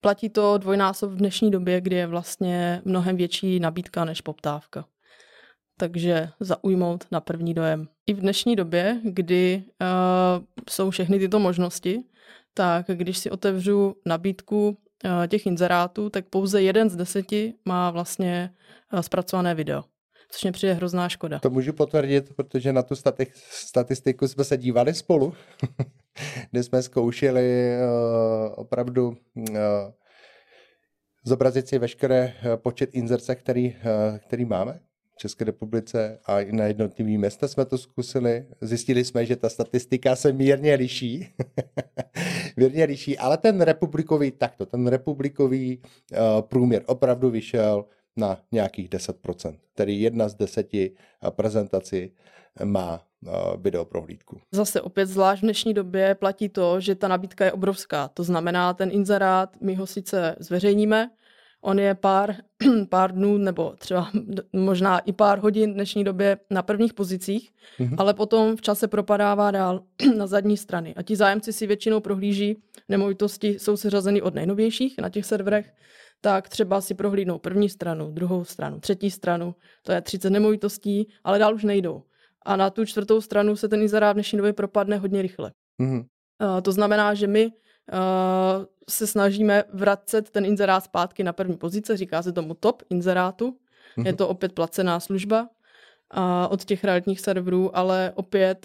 Platí to dvojnásob v dnešní době, kdy je vlastně mnohem větší nabídka než poptávka. Takže zaujmout na první dojem. I v dnešní době, kdy jsou všechny tyto možnosti, tak když si otevřu nabídku těch inzerátů, tak pouze 1 z 10 má vlastně zpracované video. Což mě přijde hrozná škoda. To můžu potvrdit, protože na tu statistiku jsme se dívali spolu, kde jsme zkoušeli opravdu zobrazit si veškeré počet inzerce, který máme v České republice, a i na jednotlivý města jsme to zkusili. Zjistili jsme, že ta statistika se mírně liší. Mírně liší, ale ten republikový průměr opravdu vyšel na nějakých 10%, tedy 1 z 10 prezentací má videoprohlídku. Zase opět zvlášť v dnešní době platí to, že ta nabídka je obrovská. To znamená, ten inzerát, my ho sice zveřejníme, on je pár dnů nebo třeba možná i pár hodin v dnešní době na prvních pozicích, ale potom v čase propadává dál na zadní strany. A ti zájemci si většinou prohlíží nemovitosti, jsou seřazeny od nejnovějších na těch serverech, tak třeba si prohlídnou první stranu, druhou stranu, třetí stranu, to je 30 nemovitostí, ale dál už nejdou. A na tu 4. stranu se ten inzerát v dnešní době propadne hodně rychle. To znamená, že my se snažíme vracet ten inzerát zpátky na první pozice, říká se tomu top inzerátu. Je to opět placená služba od těch realitních serverů, ale opět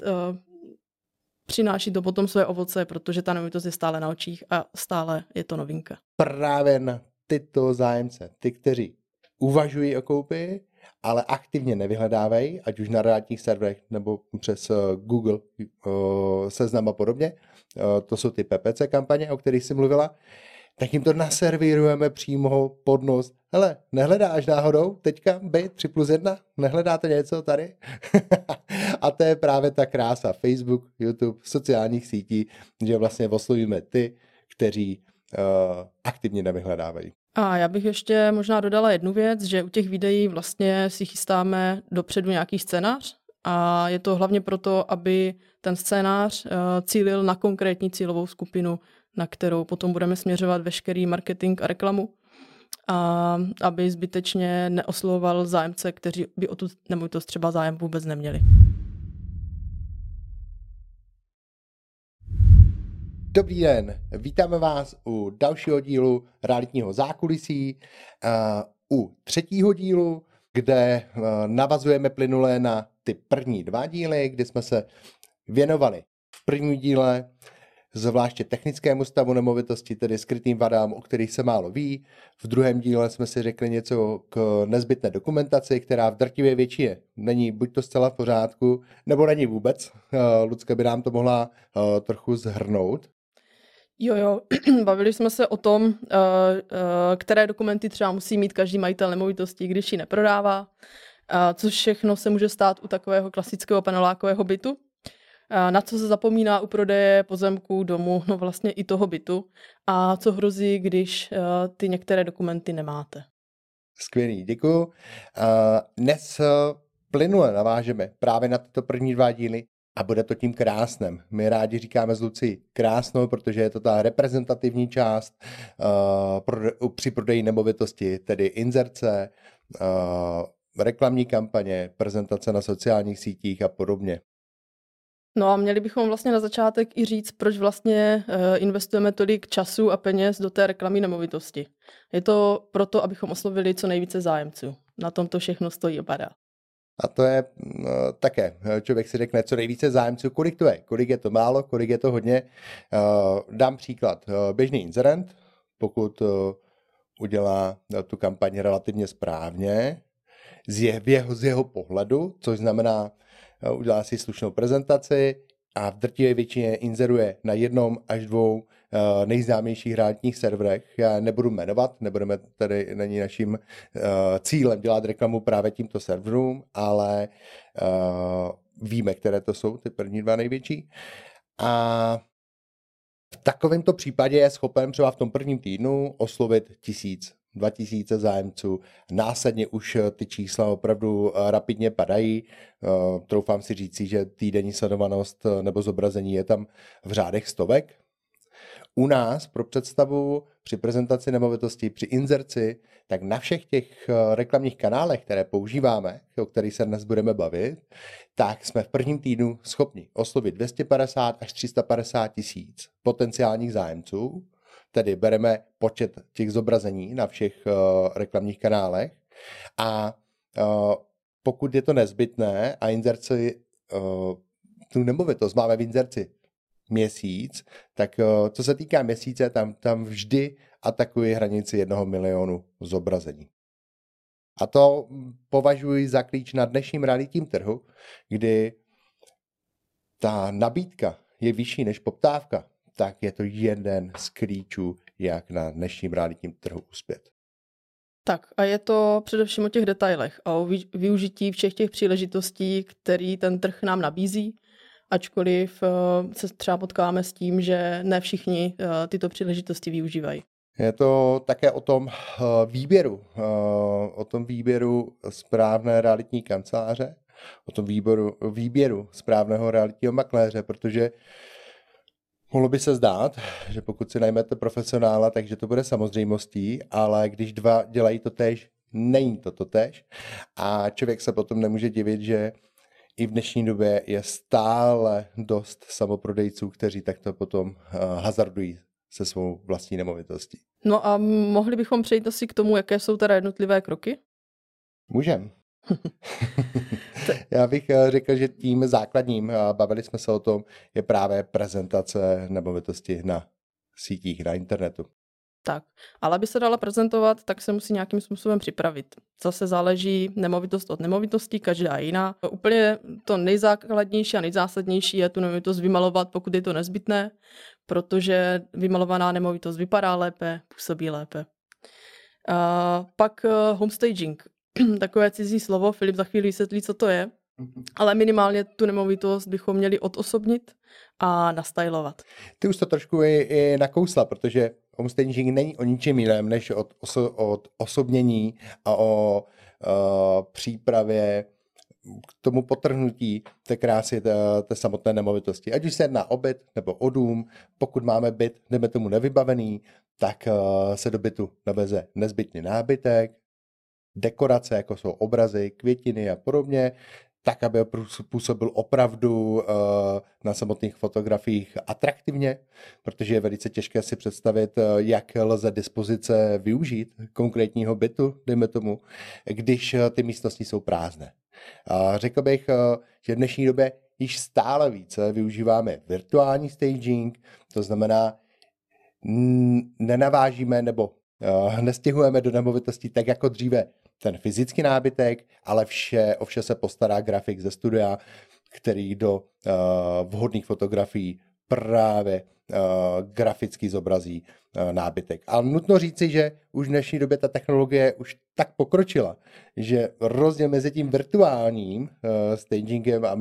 přináší to potom své ovoce, protože ta nemovitost je stále na očích a stále je to novinka. Právě na tyto zájemce, ty, kteří uvažují o koupi, ale aktivně nevyhledávají, ať už na realitních serverech nebo přes Google Seznam a podobně, to jsou ty PPC kampaně, o kterých jsi mluvila, tak jim to naservírujeme přímo pod nos. Hele, nehledáš náhodou teďka byt 3+1? Nehledáte něco tady? A to je právě ta krása Facebook, YouTube, sociálních sítí, že vlastně oslovíme ty, kteří aktivně nevyhledávají. A já bych ještě možná dodala jednu věc, že u těch videí vlastně si chystáme dopředu nějaký scénář a je to hlavně proto, aby ten scénář cílil na konkrétní cílovou skupinu, na kterou potom budeme směřovat veškerý marketing a reklamu, a aby zbytečně neoslovoval zájemce, kteří by o tu nemovitost třeba zájem vůbec neměli. Dobrý den, vítáme vás u dalšího dílu realitního zákulisí, u 3. dílu, kde navazujeme plynule na ty první 2 díly, kdy jsme se věnovali v prvním díle zvláště technickému stavu nemovitosti, tedy skrytým vadám, o kterých se málo ví. V druhém díle jsme si řekli něco k nezbytné dokumentaci, která v drtivé většině není buď to zcela v pořádku, nebo není vůbec. Lucka by nám to mohla trochu zhrnout. Jo, bavili jsme se o tom, které dokumenty třeba musí mít každý majitel nemovitosti, když ji neprodává, což všechno se může stát u takového klasického panelákového bytu, na co se zapomíná u prodeje pozemku, domu, no vlastně i toho bytu, a co hrozí, když ty některé dokumenty nemáte. Skvělý, děkuju. Dnes plynule navážeme právě na tyto první 2 díly. A bude to tím krásným. My rádi říkáme z Lucí krásnou, protože je to ta reprezentativní část při prodeji nemovitosti, tedy inzerce, reklamní kampaně, prezentace na sociálních sítích a podobně. No a měli bychom vlastně na začátek i říct, proč vlastně investujeme tolik času a peněz do té reklamní nemovitosti. Je to proto, abychom oslovili co nejvíce zájemců. Na tom to všechno stojí a padá. A to je také, člověk si řekne, co nejvíce zájemců, kolik je to málo, kolik je to hodně. Dám příklad, běžný inzerent, pokud udělá tu kampaň relativně správně, z jeho pohledu, což znamená, udělá si slušnou prezentaci a v drtivé většině inzeruje na 1 až 2 nejznámějších realitních serverech. Já nebudu jmenovat, není naším cílem dělat reklamu právě tímto serverům, ale víme, které to jsou ty první 2 největší. A v takovémto případě je schopen třeba v tom prvním týdnu oslovit 1000, 2000 zájemců. Následně už ty čísla opravdu rapidně padají. Troufám si říci, že týdenní sledovanost nebo zobrazení je tam v řádech stovek. U nás pro představu při prezentaci nemovitosti, při inzerci, tak na všech těch reklamních kanálech, které používáme, o kterých se dnes budeme bavit, tak jsme v prvním týdnu schopni oslovit 250 až 350 tisíc potenciálních zájemců, tedy bereme počet těch zobrazení na všech reklamních kanálech a pokud je to nezbytné a inzerci, tu nemovitost máme v inzerci měsíc, tak co se týká měsíce, tam vždy atakuji hranici 1 milionu zobrazení. A to považuji za klíč na dnešním realitním trhu, kdy ta nabídka je vyšší než poptávka, tak je to jeden z klíčů, jak na dnešním realitním trhu uspět. Tak a je to především o těch detailech a o využití všech těch příležitostí, který ten trh nám nabízí, ačkoliv se třeba potkáme s tím, že ne všichni tyto příležitosti využívají. Je to také o tom výběru správné realitní kanceláře, o tom výběru správného realitního makléře, protože mohlo by se zdát, že pokud si najmete profesionála, takže to bude samozřejmostí, ale když dva dělají to též, není to též a člověk se potom nemůže divit, že i v dnešní době je stále dost samoprodejců, kteří takto potom hazardují se svou vlastní nemovitostí. No a mohli bychom přejít asi k tomu, jaké jsou teda jednotlivé kroky? Můžem. Já bych řekl, že tím základním, bavili jsme se o tom, je právě prezentace nemovitosti na sítích, na internetu. Tak, ale aby se dala prezentovat, tak se musí nějakým způsobem připravit. Zase záleží nemovitost od nemovitosti, každá jiná. Úplně to nejzákladnější a nejzásadnější je tu nemovitost vymalovat, pokud je to nezbytné, protože vymalovaná nemovitost vypadá lépe, působí lépe. Pak homestaging. Takové cizí slovo, Filip za chvíli vysvětlí, co to je, ale minimálně tu nemovitost bychom měli odosobnit a nastylovat. Ty už to trošku i nakousla, protože homestaging není o ničem jiném, než od osobnění a o přípravě k tomu potrhnutí té krásy té samotné nemovitosti. Ať už se jedná o byt nebo o dům, pokud máme byt, jdeme tomu nevybavený, tak se do bytu naveze nezbytný nábytek, dekorace, jako jsou obrazy, květiny a podobně, tak, aby působil opravdu na samotných fotografiích atraktivně, protože je velice těžké si představit, jak lze dispozice využít konkrétního bytu, dejme tomu, když ty místnosti jsou prázdné. Řekl bych, že v dnešní době již stále více využíváme virtuální staging, to znamená, nenavážíme nebo nestěhujeme do nemovitosti tak jako dříve ten fyzický nábytek, ale o vše se postará grafik ze studia, který do vhodných fotografií právě graficky zobrazí nábytek. Ale nutno říci, že už v dnešní době ta technologie už tak pokročila, že rozdíl mezi tím virtuálním stagingem a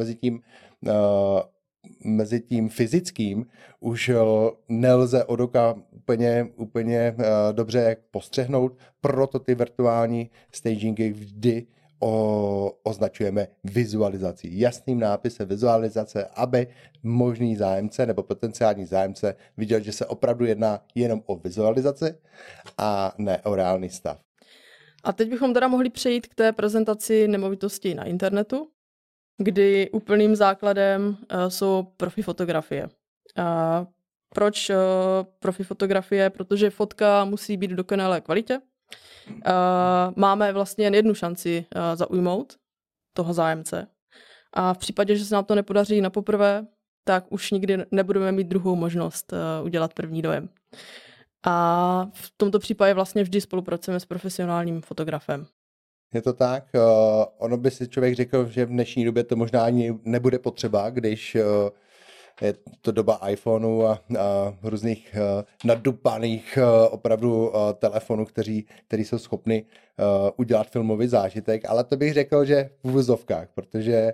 mezi tím fyzickým už nelze od oka úplně dobře postřehnout, proto ty virtuální stagingy vždy označujeme vizualizací. Jasným nápisem vizualizace, aby možný zájemce nebo potenciální zájemce viděl, že se opravdu jedná jenom o vizualizaci a ne o reálný stav. A teď bychom teda mohli přejít k té prezentaci nemovitosti na internetu, kdy úplným základem jsou profi fotografie. Proč profi fotografie? Protože fotka musí být v dokonalé kvalitě. Máme vlastně jen jednu šanci zaujmout toho zájemce. A v případě, že se nám to nepodaří na poprvé, tak už nikdy nebudeme mít druhou možnost udělat první dojem. A v tomto případě vlastně vždy spolupracujeme s profesionálním fotografem. Je to tak. Ono by si člověk řekl, že v dnešní době to možná ani nebude potřeba, když je to doba iPhoneu a různých nadupaných opravdu telefonů, který jsou schopni udělat filmový zážitek, ale to bych řekl, že v uvozovkách, protože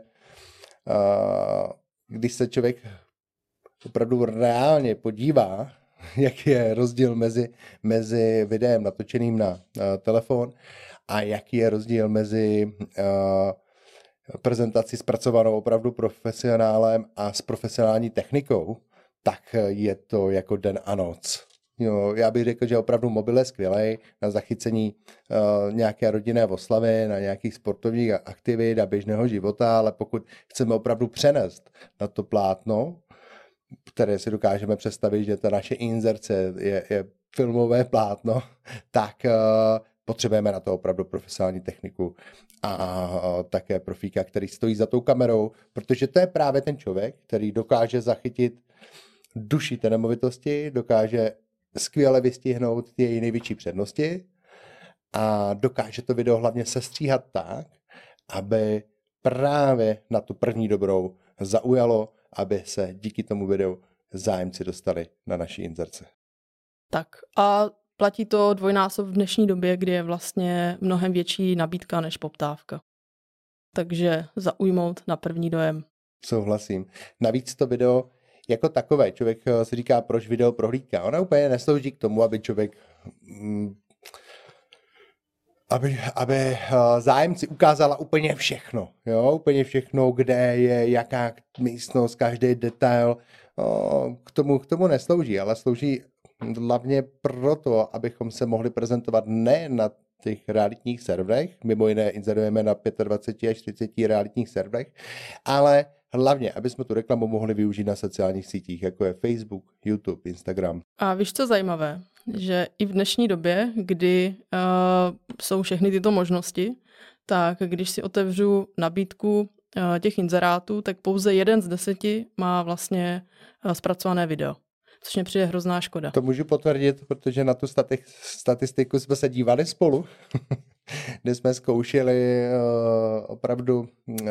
když se člověk opravdu reálně podívá, jaký je rozdíl mezi videem natočeným na telefon a jaký je rozdíl mezi prezentací zpracovanou opravdu profesionálem a s profesionální technikou, tak je to jako den a noc. Jo, já bych řekl, že opravdu mobil je skvělej na zachycení nějaké rodinné oslavy, na nějakých sportovních aktivit a běžného života, ale pokud chceme opravdu přenést na to plátno, které si dokážeme představit, že ta naše inzerce je filmové plátno, tak potřebujeme na to opravdu profesionální techniku a také profíka, který stojí za tou kamerou, protože to je právě ten člověk, který dokáže zachytit duši té nemovitosti, dokáže skvěle vystihnout ty její největší přednosti a dokáže to video hlavně sestříhat tak, aby právě na tu první dobrou zaujalo, aby se díky tomu videu zájemci dostali na naší inzerce. Tak a platí to dvojnásob v dnešní době, kdy je vlastně mnohem větší nabídka než poptávka. Takže zaujmout na první dojem. Souhlasím. Navíc to video jako takové, člověk si říká, proč video prohlídka. Ona úplně neslouží k tomu, aby člověk aby zájemci ukázala úplně všechno. Jo? Úplně všechno, kde je, jaká místnost, každý detail. K tomu neslouží, ale slouží hlavně proto, abychom se mohli prezentovat ne na těch realitních serverech, mimo jiné inzerujeme na 25 až 30 realitních serverech, ale hlavně, aby jsme tu reklamu mohli využít na sociálních sítích, jako je Facebook, YouTube, Instagram. A víš, co zajímavé? Že i v dnešní době, kdy jsou všechny tyto možnosti, tak když si otevřu nabídku těch inzerátů, tak pouze 1 z 10 má vlastně zpracované video. Což mě přijde hrozná škoda. To můžu potvrdit, protože na tu statistiku jsme se dívali spolu, kde jsme zkoušeli opravdu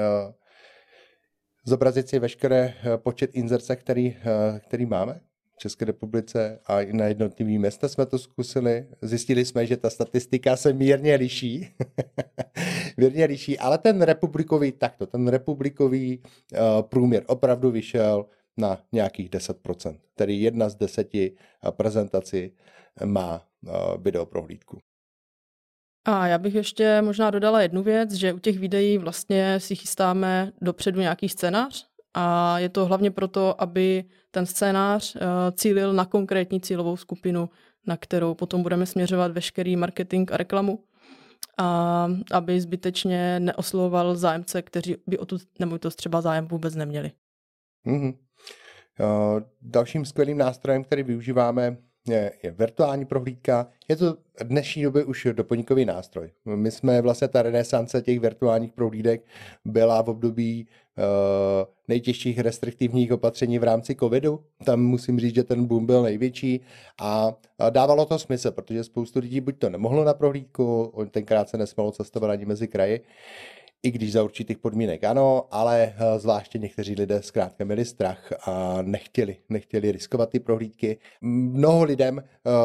zobrazit si veškeré počet inzerce, který máme v České republice a i na jednotlivý města jsme to zkusili. Zjistili jsme, že ta statistika se mírně liší. Mírně liší, ale ten republikový průměr opravdu vyšel na nějakých 10%, tedy 1 z 10 prezentací má videoprohlídku. A já bych ještě možná dodala jednu věc, že u těch videí vlastně si chystáme dopředu nějaký scénář a je to hlavně proto, aby ten scénář cílil na konkrétní cílovou skupinu, na kterou potom budeme směřovat veškerý marketing a reklamu, a aby zbytečně neoslovoval zájemce, kteří by o tu nemovitost třeba zájem vůbec neměli. Mm-hmm. Dalším skvělým nástrojem, který využíváme, je virtuální prohlídka. Je to v dnešní době už doplňkový nástroj. My jsme vlastně ta renesance těch virtuálních prohlídek byla v období nejtěžších restriktivních opatření v rámci covidu. Tam musím říct, že ten boom byl největší a dávalo to smysl, protože spoustu lidí buď to nemohlo na prohlídku, tenkrát se nesmělo cestovat ani mezi kraji, i když za určitých podmínek ano, ale zvláště někteří lidé zkrátka měli strach a nechtěli riskovat ty prohlídky. Mnoho lidem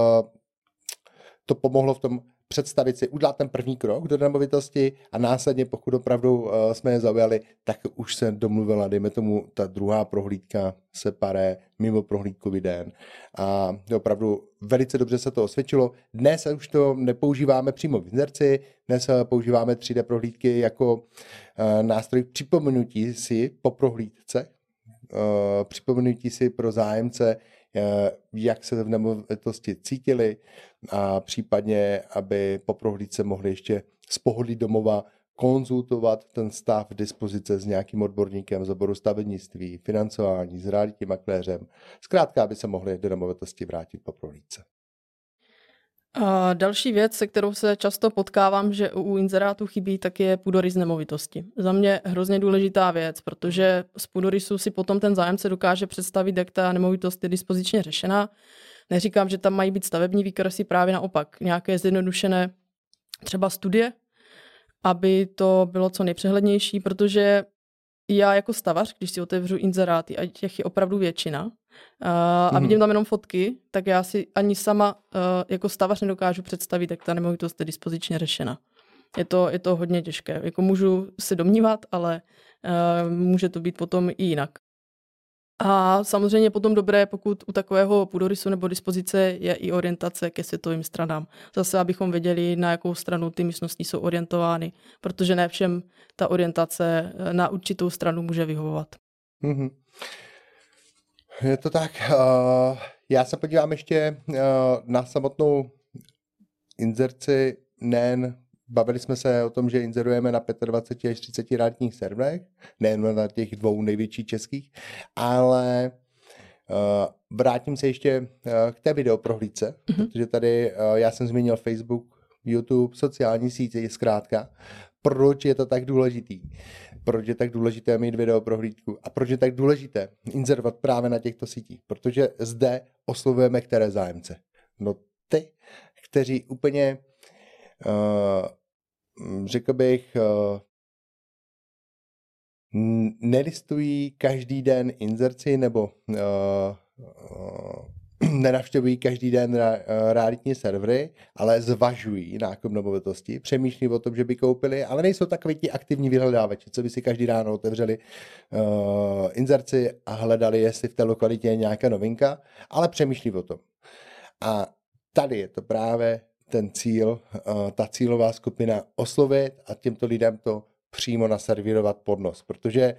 to pomohlo v tom představit si, udělat ten první krok do nemovitosti a následně, pokud opravdu jsme je zaujali, tak už se domluvila, dejme tomu, ta druhá prohlídka separé, mimo prohlídkový den. A opravdu velice dobře se to osvědčilo. Dnes už to nepoužíváme přímo v inzerci, dnes používáme 3D prohlídky jako nástroj k připomenutí si po prohlídce, připomenutí si pro zájemce, jak se v nemovitosti cítili a případně, aby po prohlídce mohli ještě z pohodlí domova konzultovat ten stav dispozice s nějakým odborníkem z oboru stavebnictví, financování, s realitním makléřem. Zkrátka, aby se mohli do nemovitosti vrátit po prohlídce. A další věc, se kterou se často potkávám, že u inzerátu chybí, tak je půdorys nemovitosti. Za mě hrozně důležitá věc, protože z půdorysu si potom ten zájemce dokáže představit, jak ta nemovitost je dispozičně řešená. Neříkám, že tam mají být stavební výkresy, právě naopak. Nějaké zjednodušené třeba studie, aby to bylo co nejpřehlednější, protože já jako stavař, když si otevřu inzeráty, a těch je opravdu většina, a vidím tam jenom fotky, tak já si ani sama jako stavař nedokážu představit, jak ta nemovitost je dispozičně řešena. Je to hodně těžké. Jako můžu se domnívat, ale může to být potom i jinak. A samozřejmě potom dobré, pokud u takového půdorysu nebo dispozice je i orientace ke světovým stranám. Zase, abychom věděli, na jakou stranu ty místnosti jsou orientovány, protože ne všem ta orientace na určitou stranu může vyhovovat. Mm-hmm. Je to tak. Já se podívám ještě na samotnou inzerci, bavili jsme se o tom, že inzerujeme na 25 až 30 realitních serverech, nejen na těch dvou největších českých, ale vrátím se ještě k té videoprohlídce, protože tady já jsem zmínil Facebook, YouTube, sociální sítě, zkrátka. Proč je to tak důležitý? Proč je tak důležité mít videoprohlídku? A proč je tak důležité inzerovat právě na těchto sítích? Protože zde oslovujeme které zájemce? No ty, kteří úplně, řekl bych, nelistují každý den inzerci nebo nenavštěvují každý den realitní servery, ale zvažují nákup nemovitosti, přemýšlí o tom, že by koupili, ale nejsou takoví ti aktivní vyhledávači, co by si každý ráno otevřeli inzerci a hledali, jestli v té lokalitě je nějaká novinka, ale přemýšlí o tom. A tady je to právě ten cíl, ta cílová skupina oslovit a těmto lidem to přímo naservírovat pod nos, protože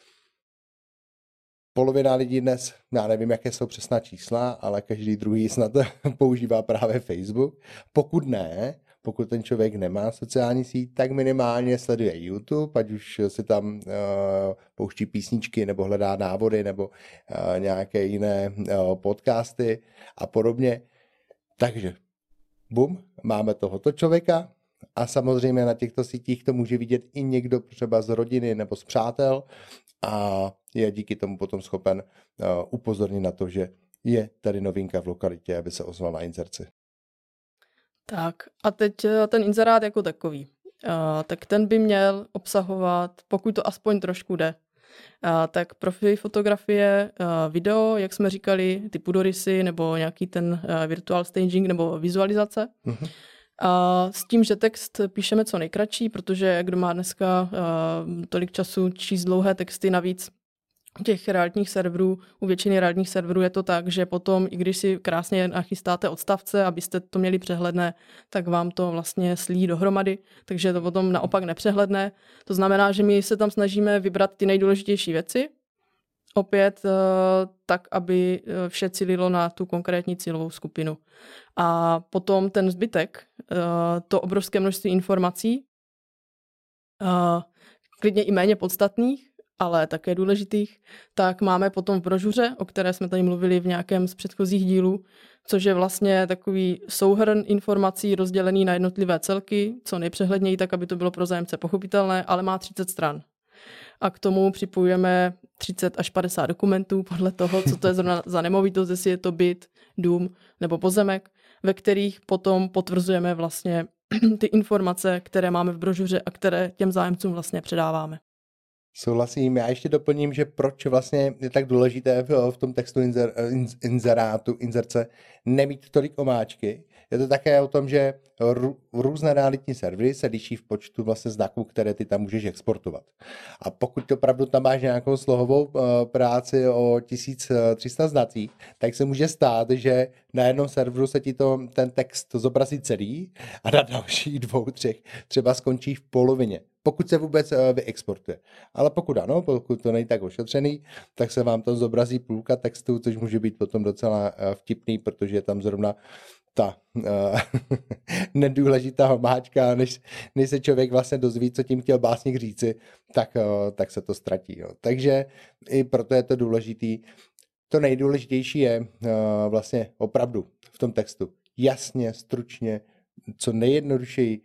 polovina lidí dnes, já nevím, jaké jsou přesná čísla, ale každý druhý snad používá právě Facebook. Pokud ten člověk nemá sociální síť, tak minimálně sleduje YouTube, ať už si tam pouští písničky, nebo hledá návody, nebo nějaké jiné podcasty a podobně. Takže, bum, máme tohoto člověka a samozřejmě na těchto sítích to může vidět i někdo třeba z rodiny nebo z přátel a je díky tomu potom schopen upozornit na to, že je tady novinka v lokalitě, aby se ozval na inzerci. Tak a teď ten inzerát jako takový. Tak ten by měl obsahovat, pokud to aspoň trošku jde, tak profil fotografie, video, jak jsme říkali, ty pudorysy nebo nějaký ten virtual staging nebo vizualizace. Mm-hmm. S tím, že text píšeme co nejkratší, protože kdo má dneska tolik času číst dlouhé texty, navíc těch realitních serverů, u většiny realitních serverů je to tak, že potom, i když si krásně nachystáte odstavce, abyste to měli přehledné, tak vám to vlastně slí dohromady, takže je to potom naopak nepřehledné. To znamená, že my se tam snažíme vybrat ty nejdůležitější věci, opět tak, aby vše cílilo na tu konkrétní cílovou skupinu. A potom ten zbytek, to obrovské množství informací, klidně i méně podstatných, ale také důležitých, tak máme potom v brožuře, o které jsme tady mluvili v nějakém z předchozích dílů, což je vlastně takový souhrn informací rozdělený na jednotlivé celky, co nejpřehledněji, tak aby to bylo pro zájemce pochopitelné, ale má 30 stran. A k tomu připojujeme 30 až 50 dokumentů podle toho, co to je zrovna za nemovitost, jestli je to byt, dům nebo pozemek, ve kterých potom potvrzujeme vlastně ty informace, které máme v brožuře a které těm zájemcům vlastně předáváme. Souhlasím. Já ještě doplním, že proč vlastně je tak důležité v tom textu inzerátu, inzerce, nemít tolik omáčky. Je to také o tom, že různé realitní servery se liší v počtu vlastně znaků, které ty tam můžeš exportovat. A pokud opravdu tam máš nějakou slohovou práci o 1300 znacích, tak se může stát, že na jednom serveru se ti ten text zobrazí celý a na dalších 2, 3 třeba skončí v polovině. Pokud se vůbec vyexportuje. Ale pokud ano, pokud to není tak ošetřený, tak se vám tam zobrazí půlka textu, což může být potom docela vtipný, protože je tam zrovna ta nedůležitá omáčka, než se člověk vlastně dozví, co tím chtěl básník říci, tak se to ztratí. Jo. Takže i proto je to důležitý. To nejdůležitější je vlastně opravdu v tom textu jasně, stručně, co nejjednodušeji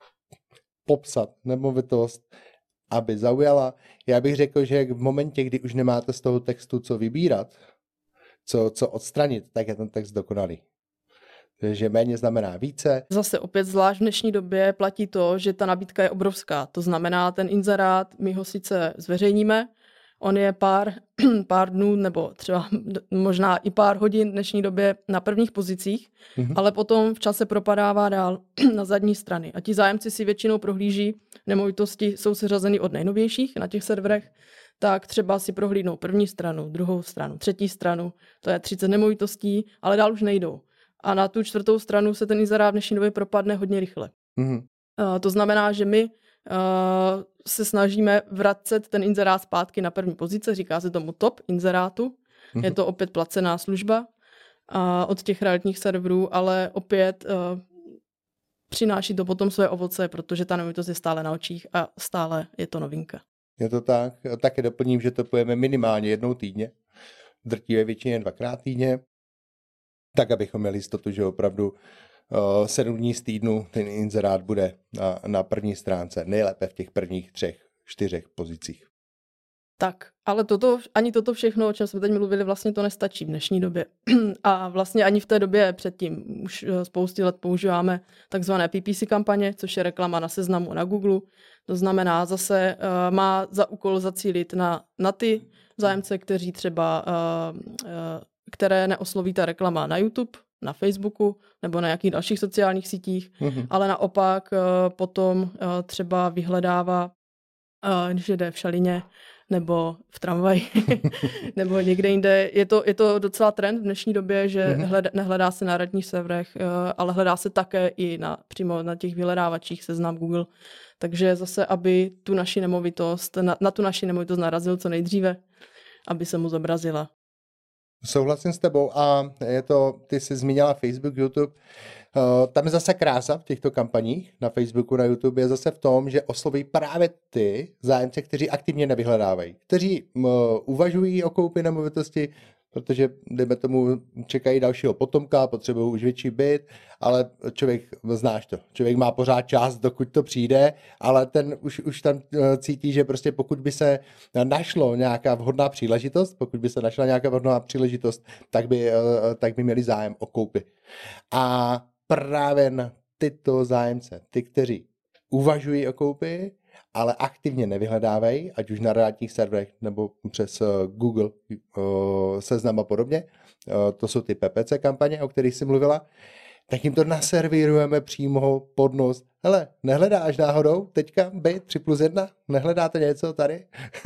popsat nemovitost, aby zaujala. Já bych řekl, že v momentě, kdy už nemáte z toho textu co vybírat, co odstranit, tak je ten text dokonalý. Takže méně znamená více. Zase opět zvlášť v dnešní době platí to, že ta nabídka je obrovská. To znamená, ten inzerát, my ho sice zveřejníme, on je pár dnů nebo třeba možná i pár hodin v dnešní době na prvních pozicích, ale potom v čase propadává dál na zadní strany. A ti zájemci si většinou prohlíží, nemovitosti jsou seřazeny od nejnovějších na těch serverech, tak třeba si prohlídnou první stranu, druhou stranu, třetí stranu, to je 30 nemovitostí, ale dál už nejdou. A na tu 4. stranu se ten inzerát v dnešní době propadne hodně rychle. To znamená, že my se snažíme vracet ten inzerát zpátky na první pozice, říká se tomu top inzerátu, Je to opět placená služba od těch realitních serverů, ale opět přináší to potom své ovoce, protože ta nemovitost je stále na očích a stále je to novinka. Je to tak. Také doplním, že to pojeme minimálně jednou týdně. V drtivé většině 2x týdně. Tak, abychom měli jistotu, že opravdu 7 dní z týdnu ten inzerát bude na první stránce. Nejlépe v těch prvních 3-4 pozicích. Tak, ale ani toto všechno, o čem jsme teď mluvili, vlastně to nestačí v dnešní době. A vlastně ani v té době předtím už spousty let používáme takzvané PPC kampaně, což je reklama na Seznamu na Google. To znamená, zase má za úkol zacílit na ty zájemce, kteří třeba, které neosloví ta reklama na YouTube, na Facebooku nebo na nějakých dalších sociálních sítích, ale naopak potom třeba vyhledává, když jde v šalině, nebo v tramvaji, nebo někde jinde. Je to docela trend v dnešní době, že nehledá se na realitních serverech, ale hledá se také i přímo na těch vyhledávačích Seznam Google. Takže zase, aby tu naši nemovitost, na tu naši nemovitost narazil co nejdříve, aby se mu zobrazila. Souhlasím s tebou a ty jsi zmínila Facebook, YouTube. Tam je zase krása v těchto kampaních na Facebooku, na YouTube je zase v tom, že osloví právě ty zájemce, kteří aktivně nevyhledávají, kteří uvažují o koupi nemovitosti, protože, dejme tomu, čekají dalšího potomka, potřebují už větší byt, ale znáš to, člověk má pořád čas, dokud to přijde, ale ten už tam cítí, že prostě pokud by se našla nějaká vhodná příležitost, tak by měli zájem o koupi. A právě na tyto zájemce, ty, kteří uvažují o koupi, ale aktivně nevyhledávají, ať už na realitních serverech nebo přes Google, Seznam a podobně, to jsou ty PPC kampaně, o kterých jsi mluvila, tak jim to naservírujeme přímo pod nos. Hele, nehledáš náhodou teďka byt 3+1? Nehledáte něco tady?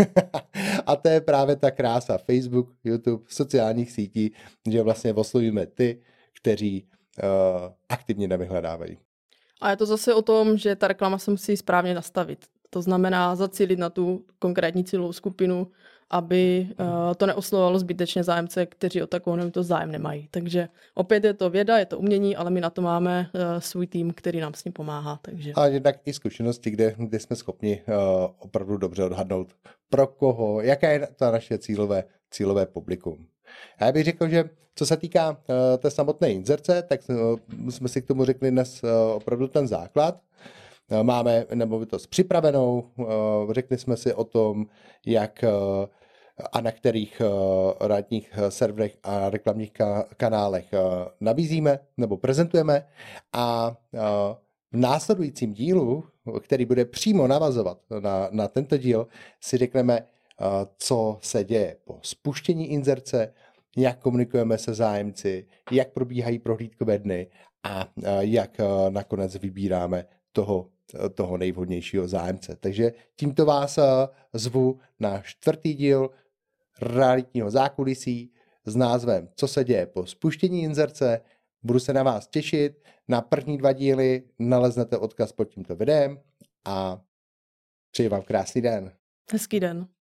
A to je právě ta krása Facebook, YouTube, sociálních sítí, že vlastně oslovíme ty, kteří aktivně nevyhledávají. A je to zase o tom, že ta reklama se musí správně nastavit. To znamená zacílit na tu konkrétní cílovou skupinu, aby to neoslovalo zbytečně zájemce, kteří o takovou nemovitost zájem nemají. Takže opět je to věda, je to umění, ale my na to máme svůj tým, který nám s ním pomáhá. Takže. A jednak i zkušenosti, kde jsme schopni opravdu dobře odhadnout, pro koho, jaké je to naše cílové publikum. A já bych řekl, že co se týká té samotné inzerce, tak jsme si k tomu řekli dnes opravdu ten základ. Máme nemovitost připravenou, řekli jsme si o tom, jak a na kterých realitních serverech a reklamních kanálech nabízíme nebo prezentujeme a v následujícím dílu, který bude přímo navazovat na tento díl, si řekneme, co se děje po spuštění inzerce, jak komunikujeme se zájemci, jak probíhají prohlídkové dny a jak nakonec vybíráme toho nejvhodnějšího zájemce. Takže tímto vás zvu na 4. díl realitního zákulisí s názvem Co se děje po spuštění inzerce. Budu se na vás těšit. Na první 2 díly naleznete odkaz pod tímto videem a přeji vám krásný den. Hezký den.